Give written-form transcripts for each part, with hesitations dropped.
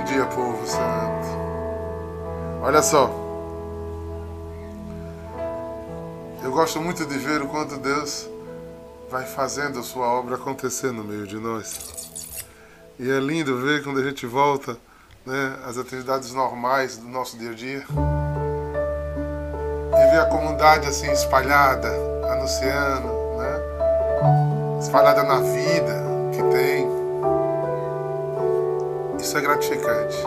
dia, povo santo. Olha só, eu gosto muito de ver o quanto Deus vai fazendo a sua obra acontecer no meio de nós. E é lindo ver quando a gente volta, né, às atividades normais do nosso dia a dia e ver a comunidade assim espalhada, anunciando, né, espalhada na vida que tem. Isso é gratificante.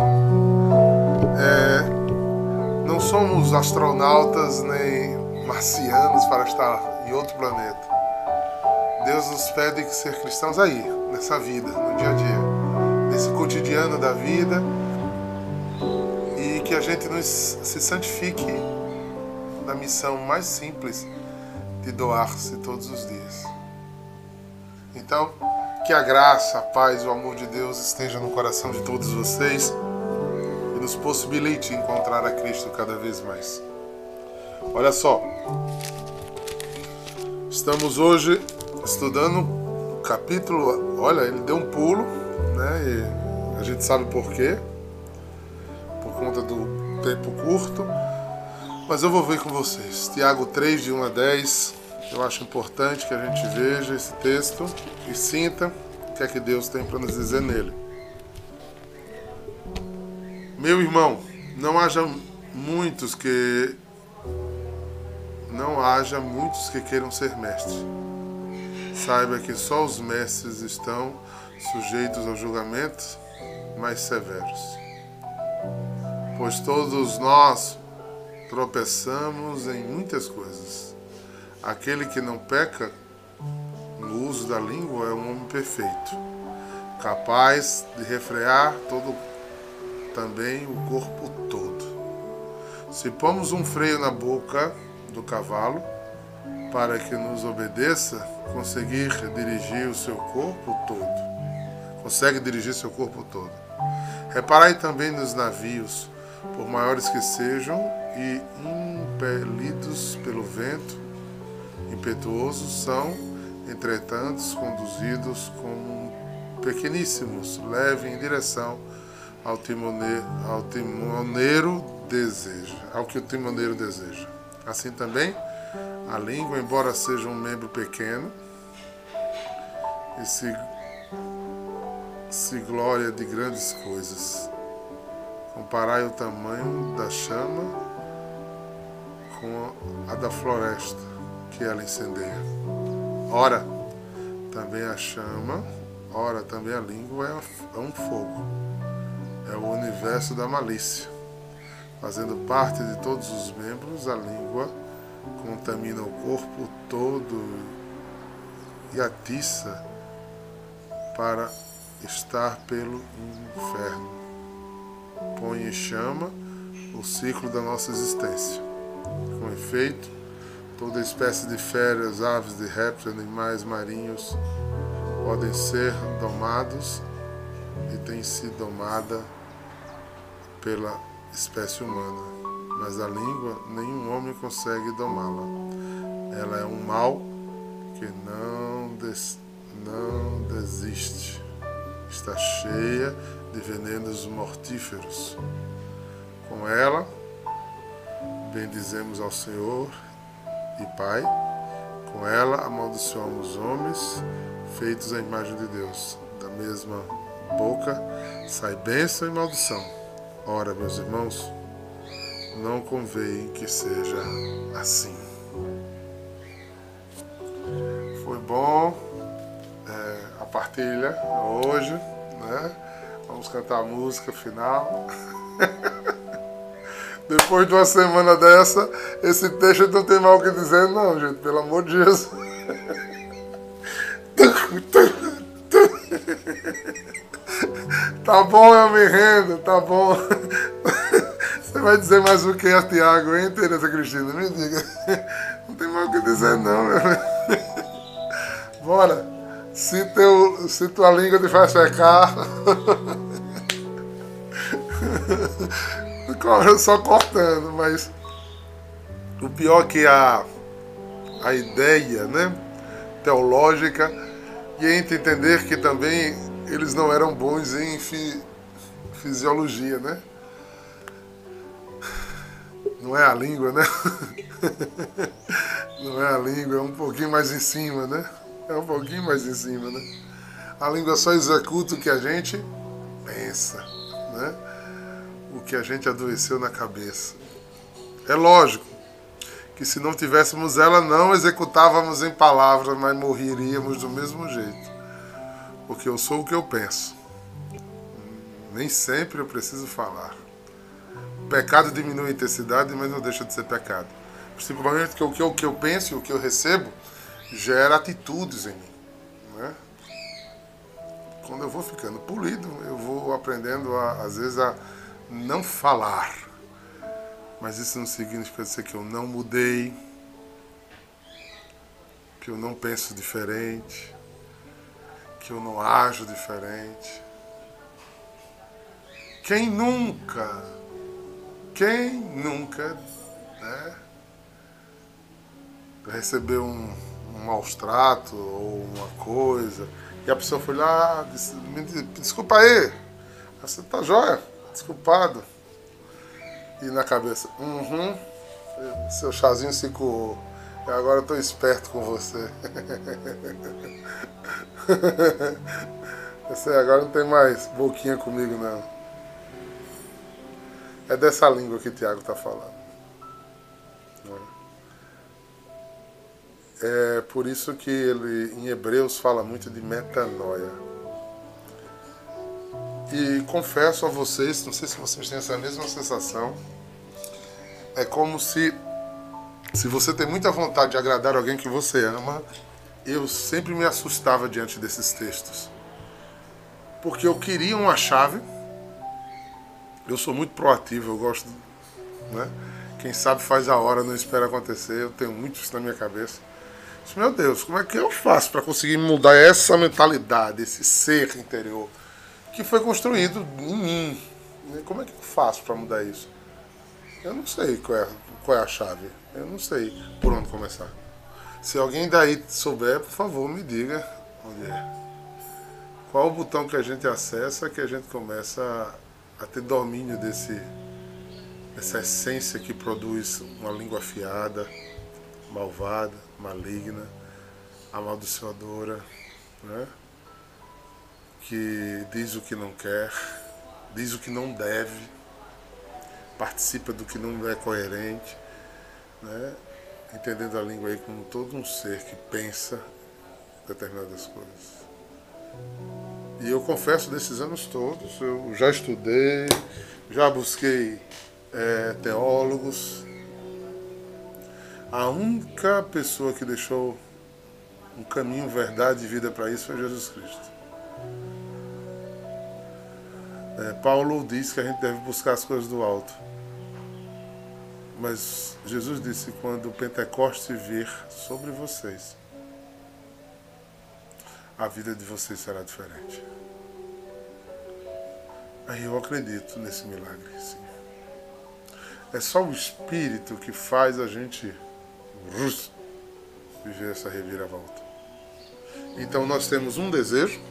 Não somos astronautas nem marcianos para estar em outro planeta. Deus nos pede que ser cristãos aí, nessa vida, no dia a dia, nesse cotidiano da vida, e que a gente se santifique na missão mais simples de doar-se todos os dias. Então, que a graça, a paz e o amor de Deus estejam no coração de todos vocês e nos possibilite encontrar a Cristo cada vez mais. Olha só, estamos hoje estudando o capítulo, olha, ele deu um pulo, né? E a gente sabe por quê, por conta do tempo curto, mas eu vou ver com vocês. Tiago 3, de 1 a 10, eu acho importante que a gente veja esse texto e sinta o que é que Deus tem para nos dizer nele. Meu irmão, não haja muitos que queiram ser mestres. Saiba que só os mestres estão sujeitos aos julgamentos mais severos. Pois todos nós tropeçamos em muitas coisas. Aquele que não peca no uso da língua é um homem perfeito, capaz de refrear também o corpo todo. Se pomos um freio na boca do cavalo para que nos obedeça, consegue dirigir seu corpo todo. Reparai também nos navios, por maiores que sejam e impelidos pelo vento impetuosos, são, entretanto, conduzidos como pequeníssimos, levem em direção ao que o timoneiro deseja. Assim também, a língua, embora seja um membro pequeno, e se glória de grandes coisas. Comparai o tamanho da chama com a da floresta que ela incendeia. Ora, também a chama, ora, também a língua é um fogo. É o universo da malícia. Fazendo parte de todos os membros, a língua contamina o corpo todo e atiça para estar pelo inferno. Põe em chama o ciclo da nossa existência. Com efeito, toda espécie de feras, aves, de répteis, animais marinhos podem ser domados e tem sido domada pela espécie humana, mas a língua nenhum homem consegue domá-la. Ela é um mal que não desiste. Está cheia de venenos mortíferos. Com ela, bendizemos ao Senhor e Pai. Com ela, amaldiçoamos homens feitos à imagem de Deus. Da mesma boca sai bênção e maldição. Ora, meus irmãos, não convém que seja assim. Foi bom a partilha hoje, né? Vamos cantar a música final. Depois de uma semana dessa, esse texto não tem mal o que dizer, não, gente, pelo amor de Jesus. Tá bom, eu me rendo, tá bom. Você vai dizer mais o que a Tiago, hein, Tereza Cristina? Me diga. Não tem mais o que dizer, não, meu. Bora. Se tua língua te faz pecar, só cortando, mas o pior que a ideia, né, teológica, e a gente entender que também eles não eram bons em fisiologia, né? Não é a língua, né? Não é a língua, é um pouquinho mais em cima, né? É um pouquinho mais em cima, né? A língua só executa o que a gente pensa, né? O que a gente adoeceu na cabeça. É lógico que se não tivéssemos ela, não executávamos em palavras, mas morreríamos do mesmo jeito. Porque eu sou o que eu penso. Nem sempre eu preciso falar. O pecado diminui a intensidade, mas não deixa de ser pecado. Principalmente que o que eu penso e o que eu recebo gera atitudes em mim, né? Quando eu vou ficando polido, eu vou aprendendo, às vezes, a não falar. Mas isso não significa dizer que eu não mudei, que eu não penso diferente, que eu não ajo diferente. Quem nunca, né, recebeu um maus trato ou uma coisa, e a pessoa foi lá, disse, me desculpa aí, você tá jóia? Desculpado. E na cabeça, seu chazinho se coou. Agora eu tô esperto com você. Você agora não tem mais boquinha comigo, não. É dessa língua que o Tiago está falando. É por isso que ele, em Hebreus, fala muito de metanoia. E confesso a vocês, não sei se vocês têm essa mesma sensação, é como se você tem muita vontade de agradar alguém que você ama, eu sempre me assustava diante desses textos. Porque eu queria uma chave, eu sou muito proativo, eu gosto, né? Quem sabe faz a hora, não espera acontecer, eu tenho muito isso na minha cabeça. Meu Deus, como é que eu faço para conseguir mudar essa mentalidade, esse ser interior que foi construído em mim? Como é que eu faço para mudar isso? Eu não sei qual é a chave. Eu não sei por onde começar. Se alguém daí souber, por favor, me diga onde é. Qual o botão que a gente acessa que a gente começa a ter domínio dessa essência que produz uma língua afiada, malvada, maligna, amaldiçoadora, né? Que diz o que não quer, diz o que não deve, participa do que não é coerente, né? Entendendo a língua aí como todo um ser que pensa determinadas coisas. E eu confesso, desses anos todos, eu já estudei, já busquei teólogos. A única pessoa que deixou um caminho, verdade e vida para isso foi Jesus Cristo. Paulo diz que a gente deve buscar as coisas do alto. Mas Jesus disse, quando o Pentecoste vir sobre vocês, a vida de vocês será diferente. Aí eu acredito nesse milagre, sim. É só o Espírito que faz a gente viver essa reviravolta. Então nós temos um desejo,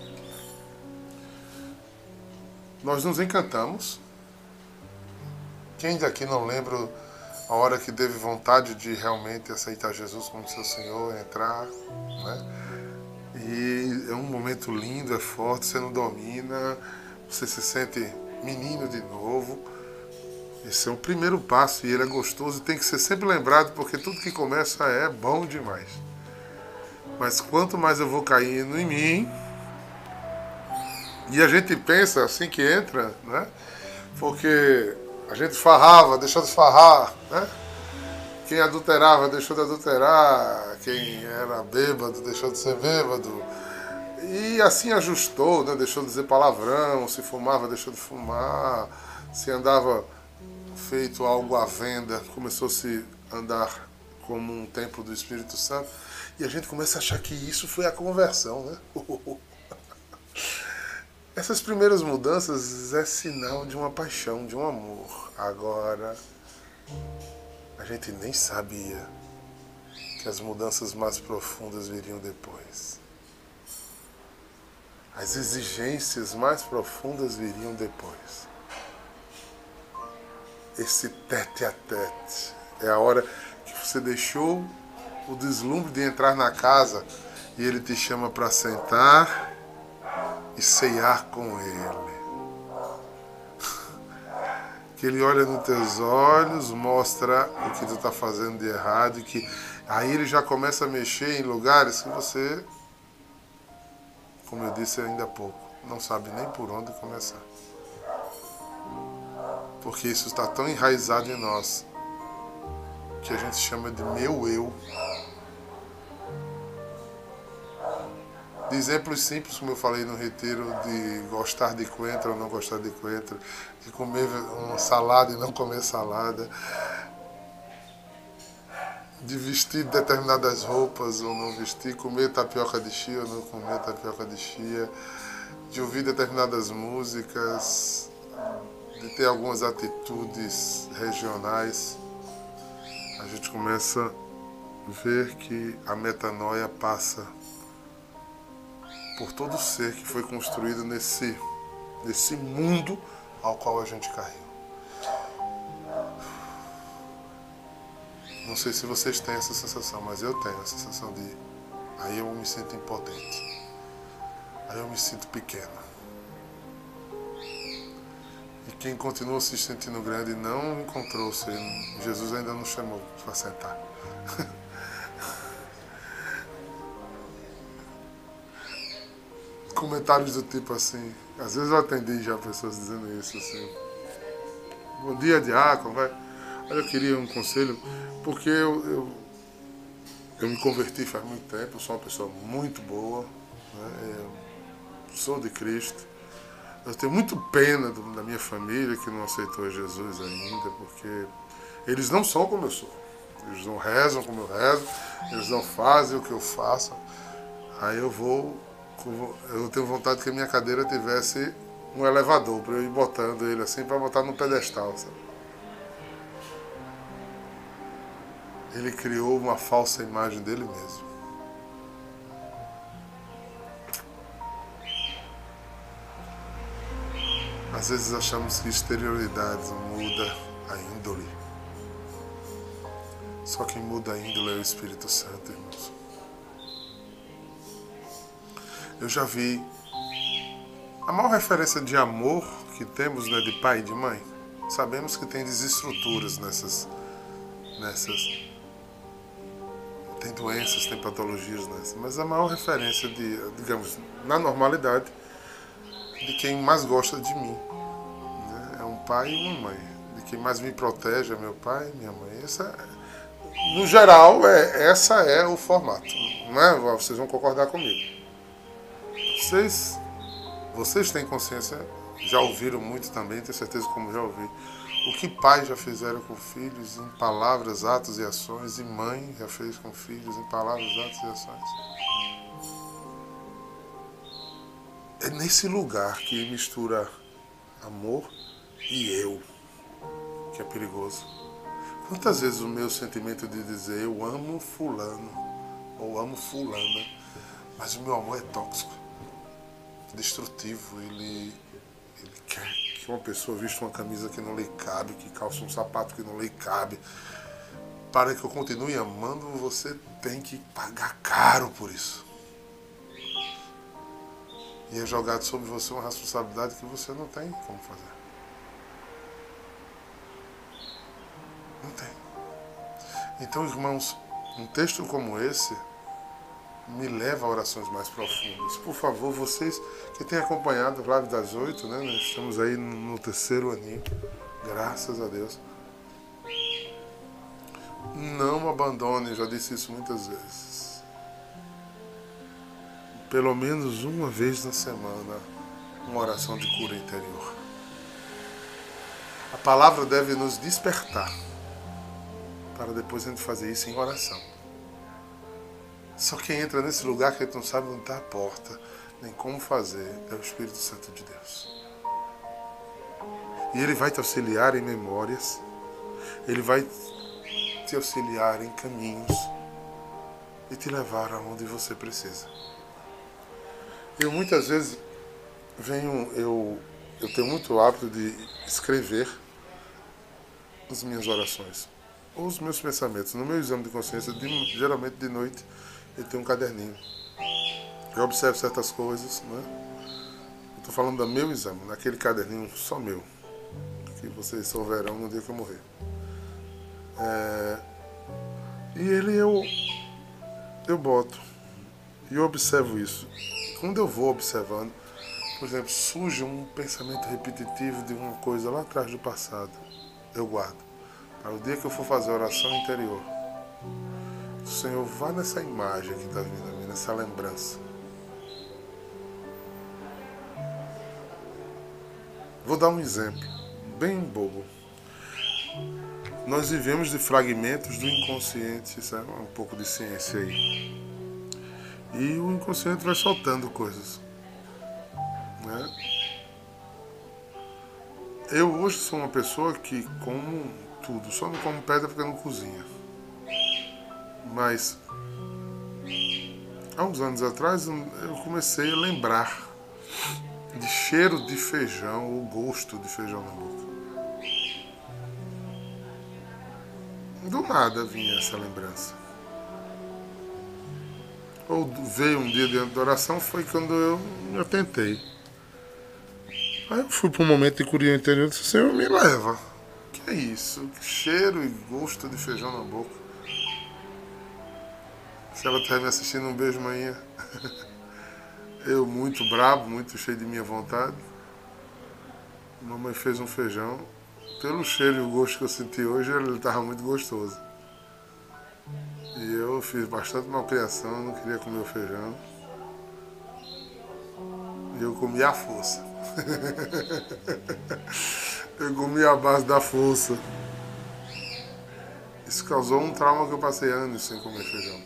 nós nos encantamos. Quem daqui não lembra a hora que teve vontade de realmente aceitar Jesus como seu Senhor, entrar, né? E é um momento lindo, é forte, você não domina, você se sente menino de novo. Esse é o primeiro passo e ele é gostoso e tem que ser sempre lembrado, porque tudo que começa é bom demais. Mas quanto mais eu vou caindo em mim, e a gente pensa assim que entra, né? Porque a gente farrava, deixou de farrar, né? Quem adulterava deixou de adulterar, quem era bêbado deixou de ser bêbado. E assim ajustou, né? Deixou de dizer palavrão, se fumava deixou de fumar, se andava feito algo à venda, começou a se andar como um templo do Espírito Santo. E a gente começa a achar que isso foi a conversão, né? Essas primeiras mudanças é sinal de uma paixão, de um amor. Agora, a gente nem sabia que as mudanças mais profundas viriam depois. As exigências mais profundas viriam depois. esse tete a tete. É a hora que você deixou o deslumbre de entrar na casa e ele te chama para sentar e ceiar com ele. Que ele olha nos teus olhos, mostra o que tu está fazendo de errado, e que aí ele já começa a mexer em lugares que você, como eu disse ainda há pouco, não sabe nem por onde começar. Porque isso está tão enraizado em nós, que a gente chama de meu eu. De exemplos simples, como eu falei no retiro, de gostar de coentro ou não gostar de coentro, de comer uma salada e não comer salada, de vestir determinadas roupas ou não vestir, comer tapioca de chia ou não comer tapioca de chia, de ouvir determinadas músicas, de ter algumas atitudes regionais. A gente começa a ver que a metanoia passa por todo ser que foi construído nesse mundo ao qual a gente caiu. Não sei se vocês têm essa sensação, mas eu tenho a sensação de... Aí eu me sinto impotente. Aí eu me sinto pequeno. E quem continua se sentindo grande não encontrou-se. Jesus ainda não chamou para sentar. Comentários do tipo assim, às vezes eu atendi já pessoas dizendo isso assim: bom dia, diácono, vai. Eu queria um conselho, porque eu me converti faz muito tempo, eu sou uma pessoa muito boa, né? Eu sou de Cristo. Eu tenho muito pena da minha família que não aceitou Jesus ainda, porque eles não são como eu sou. Eles não rezam como eu rezo, eles não fazem o que eu faço. Aí eu tenho vontade que a minha cadeira tivesse um elevador, para eu ir botando ele assim, para botar no pedestal, sabe? Ele criou uma falsa imagem dele mesmo. Às vezes achamos que exterioridade muda a índole. Só quem muda a índole é o Espírito Santo, irmãos. Eu já vi a maior referência de amor que temos, né, de pai e de mãe. Sabemos que tem desestruturas nessas tem doenças, tem patologias nessas, mas a maior referência de, digamos, na normalidade, de quem mais gosta de mim, né, é um pai e uma mãe. De quem mais me protege é meu pai e minha mãe. No geral, essa é o formato, não é? Vocês vão concordar comigo. Vocês têm consciência, já ouviram muito também, tenho certeza como já ouvi, o que pais já fizeram com filhos em palavras, atos e ações, e mãe já fez com filhos em palavras, atos e ações. É nesse lugar que mistura amor e eu, que é perigoso. Quantas vezes o meu sentimento de dizer eu amo fulano ou amo fulana, mas o meu amor é tóxico, destrutivo, ele quer que uma pessoa vista uma camisa que não lhe cabe, que calça um sapato que não lhe cabe. Para que eu continue amando, você tem que pagar caro por isso. E é jogado sobre você uma responsabilidade que você não tem como fazer. Não tem. Então, irmãos, um texto como esse me leva a orações mais profundas. Por favor, vocês que têm acompanhado a Live das 8, né? Nós estamos aí no 3º aninho, graças a Deus. Não abandone, já disse isso muitas vezes. Pelo menos uma vez na semana, uma oração de cura interior. A palavra deve nos despertar, para depois a gente fazer isso em oração. Só quem entra nesse lugar que a gente não sabe onde está a porta, nem como fazer, é o Espírito Santo de Deus. E ele vai te auxiliar em memórias, ele vai te auxiliar em caminhos e te levar aonde você precisa. Eu muitas vezes eu tenho muito hábito de escrever as minhas orações, ou os meus pensamentos. No meu exame de consciência, geralmente de noite, eu tenho um caderninho. Eu observo certas coisas, né? Eu estou falando do meu exame, naquele caderninho só meu, que vocês só verão no dia que eu morrer. E ele eu boto, e eu observo isso. Quando eu vou observando, por exemplo, surge um pensamento repetitivo de uma coisa lá atrás do passado, eu guardo. Para o dia que eu for fazer a oração interior, Senhor, vá nessa imagem que está vindo a mim, nessa lembrança. Vou dar um exemplo, bem bobo. Nós vivemos de fragmentos do inconsciente, sabe? Um pouco de ciência aí. E o inconsciente vai soltando coisas, né? Eu hoje sou uma pessoa que como tudo, só não como pedra porque não cozinha. Mas há uns anos atrás eu comecei a lembrar de cheiro de feijão, ou gosto de feijão na boca. Do nada vinha essa lembrança. Ou veio um dia dentro da oração, foi quando eu me atentei. Aí eu fui para um momento de curia interior e disse, Senhor, me leva. Que é isso? Que cheiro e gosto de feijão na boca. Se ela estiver me assistindo, um beijo, manhã. Eu muito brabo, muito cheio de minha vontade. Mamãe fez um feijão. Pelo cheiro e o gosto que eu senti hoje, ele estava muito gostoso. E eu fiz bastante malcriação, não queria comer o feijão. E eu comi à força. Eu comi à base da força. Isso causou um trauma que eu passei anos sem comer feijão.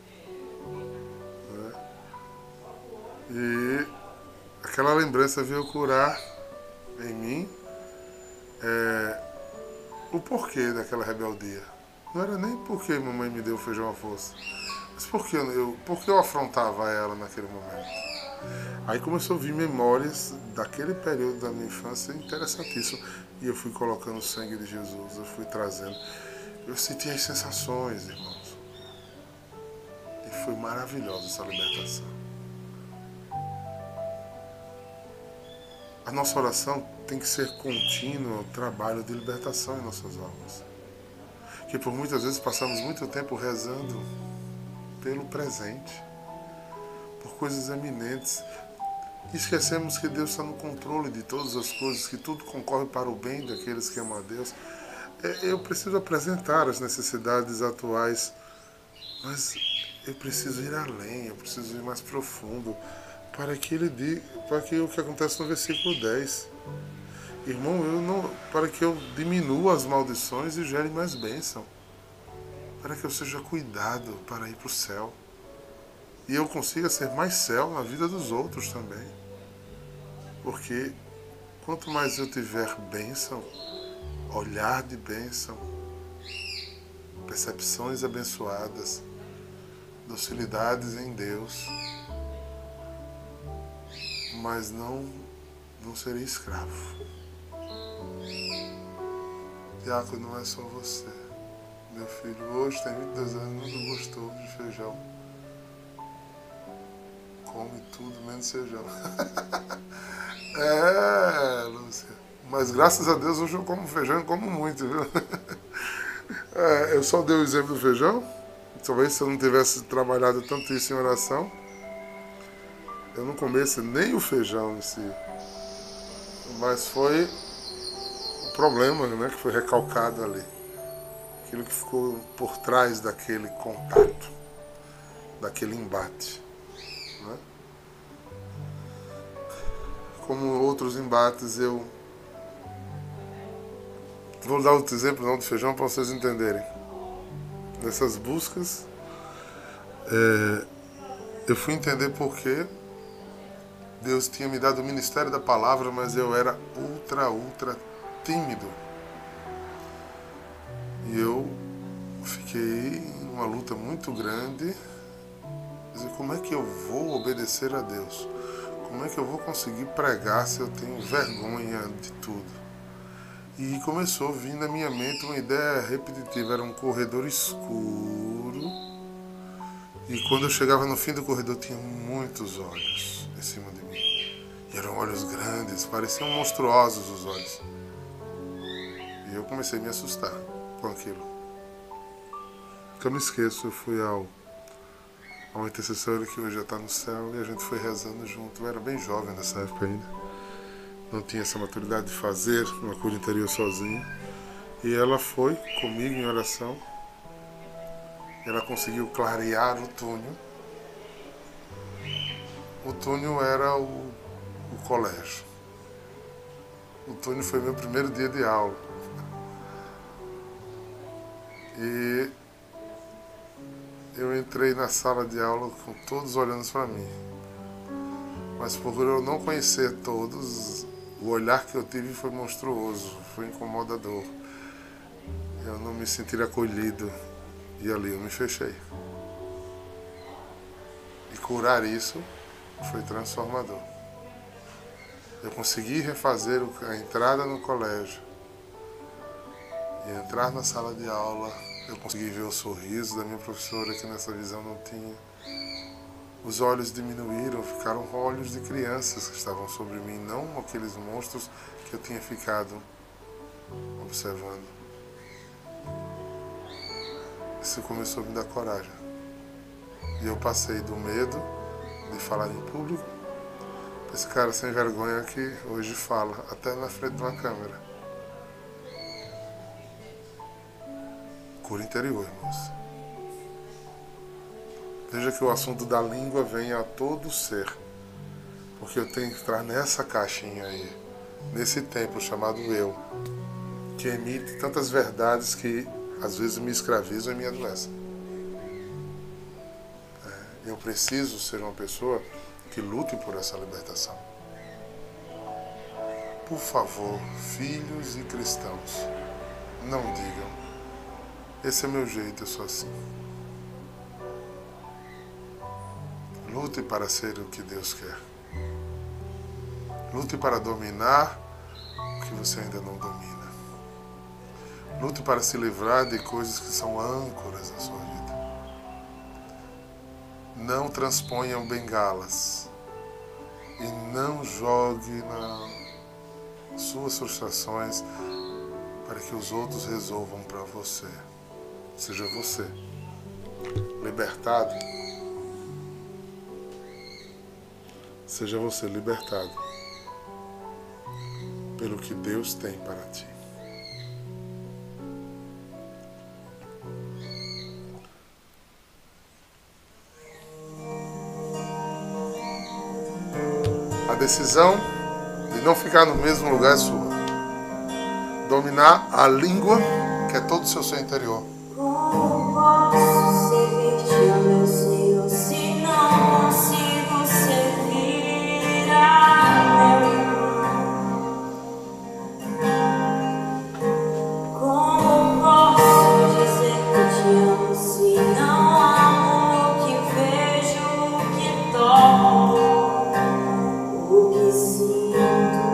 E aquela lembrança veio curar em mim o porquê daquela rebeldia. Não era nem porque mamãe me deu feijão à força, mas porque eu afrontava ela naquele momento. Aí começou a vir memórias daquele período da minha infância interessantíssimo. E eu fui colocando o sangue de Jesus, eu fui trazendo. Eu senti as sensações, irmãos. E foi maravilhosa essa libertação. A nossa oração tem que ser contínua, o trabalho de libertação em nossas almas. Que por muitas vezes passamos muito tempo rezando pelo presente, por coisas eminentes. E esquecemos que Deus está no controle de todas as coisas, que tudo concorre para o bem daqueles que amam a Deus. Eu preciso apresentar as necessidades atuais, mas eu preciso ir além, eu preciso ir mais profundo, para que ele diga, para que o que acontece no versículo 10. Irmão, para que eu diminua as maldições e gere mais bênção, para que eu seja cuidado para ir para o céu. E eu consiga ser mais céu na vida dos outros também. Porque quanto mais eu tiver bênção, olhar de bênção, percepções abençoadas, docilidades em Deus, mas não serei escravo. Diácono, não é só você. Meu filho hoje tem 22 anos e não gostou de feijão. Come tudo menos feijão. Lúcia. Mas graças a Deus hoje eu como feijão e como muito, viu? Eu só dei o exemplo do feijão. Talvez se eu não tivesse trabalhado tanto isso em oração, eu não comesse nem o feijão em si. Mas foi o problema, né, que foi recalcado ali. Aquilo que ficou por trás daquele contato, daquele embate. Né? Como outros embates, eu vou dar outro exemplo não do feijão para vocês entenderem. Nessas buscas, eu fui entender por que Deus tinha me dado o ministério da palavra, mas eu era ultra tímido. E eu fiquei em uma luta muito grande. Dizer, como é que eu vou obedecer a Deus? Como é que eu vou conseguir pregar se eu tenho vergonha de tudo? E começou a vir na minha mente uma ideia repetitiva. Era um corredor escuro. E quando eu chegava no fim do corredor, tinha muitos olhos em cima de mim. E eram olhos grandes, pareciam monstruosos os olhos. E eu comecei a me assustar com aquilo. Nunca me esqueço, eu fui a uma intercessora que hoje já está no céu e a gente foi rezando junto. Eu era bem jovem nessa época ainda. Não tinha essa maturidade de fazer uma cura interior sozinho. E ela foi comigo em oração. Ela conseguiu clarear o túnel. O túnel era o colégio. O túnel foi meu primeiro dia de aula. E eu entrei na sala de aula com todos olhando para mim. Mas por eu não conhecer todos, o olhar que eu tive foi monstruoso, foi incomodador. Eu não me senti acolhido e ali eu me fechei. E curar isso foi transformador. Eu consegui refazer a entrada no colégio e entrar na sala de aula. Eu consegui ver o sorriso da minha professora, que nessa visão não tinha. Os olhos diminuíram, ficaram olhos de crianças que estavam sobre mim, não aqueles monstros que eu tinha ficado observando. Isso começou a me dar coragem. E eu passei do medo de falar em público para esse cara sem vergonha que hoje fala, até na frente de uma câmera. Cura interior, irmãos. Veja que o assunto da língua vem a todo ser. Porque eu tenho que entrar nessa caixinha aí, nesse templo chamado eu, que emite tantas verdades que às vezes me escravizam e me adoecem. Eu preciso ser uma pessoa que lute por essa libertação. Por favor, filhos e cristãos, não digam: esse é meu jeito, eu sou assim. Lute para ser o que Deus quer. Lute para dominar o que você ainda não domina. Lute para se livrar de coisas que são âncoras na sua vida. Não transponham bengalas. E não jogue nas suas frustrações para que os outros resolvam para você. Seja você libertado. Seja você libertado pelo que Deus tem para ti. A decisão de não ficar no mesmo lugar é sua. Dominar a língua que é todo o seu ser interior. Como posso servir-te, meu Senhor, se não consigo servir a meu irmão? Como posso dizer que te amo se não amo o que vejo, o que toco, o que sinto?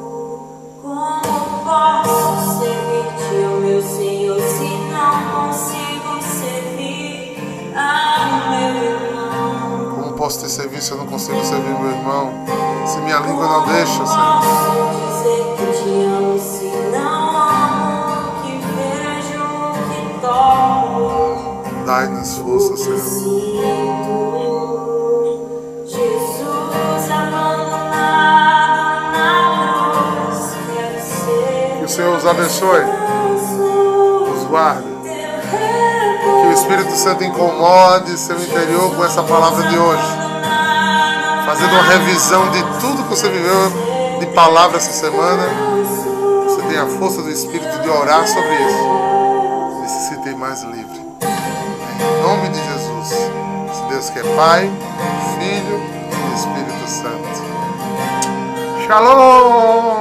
Como posso servir-te, meu Senhor, se não consigo servir a meu irmão? Como posso te servir se eu não consigo servir meu irmão? Se minha língua não deixa, Senhor. Posso dizer que te amo se não amo o que vejo, o que toco, Dai-nos força, Senhor. sinto? Jesus abandonado na cruz, quero ser. Que o Senhor os abençoe, os guarde. Que o Espírito Santo incomode seu interior com essa palavra de hoje. Fazendo uma revisão de tudo que você viveu de palavra essa semana. Você tem a força do Espírito de orar sobre isso. E se sinta mais livre. Em nome de Jesus. Se Deus quer, Pai, Filho e Espírito Santo. Shalom!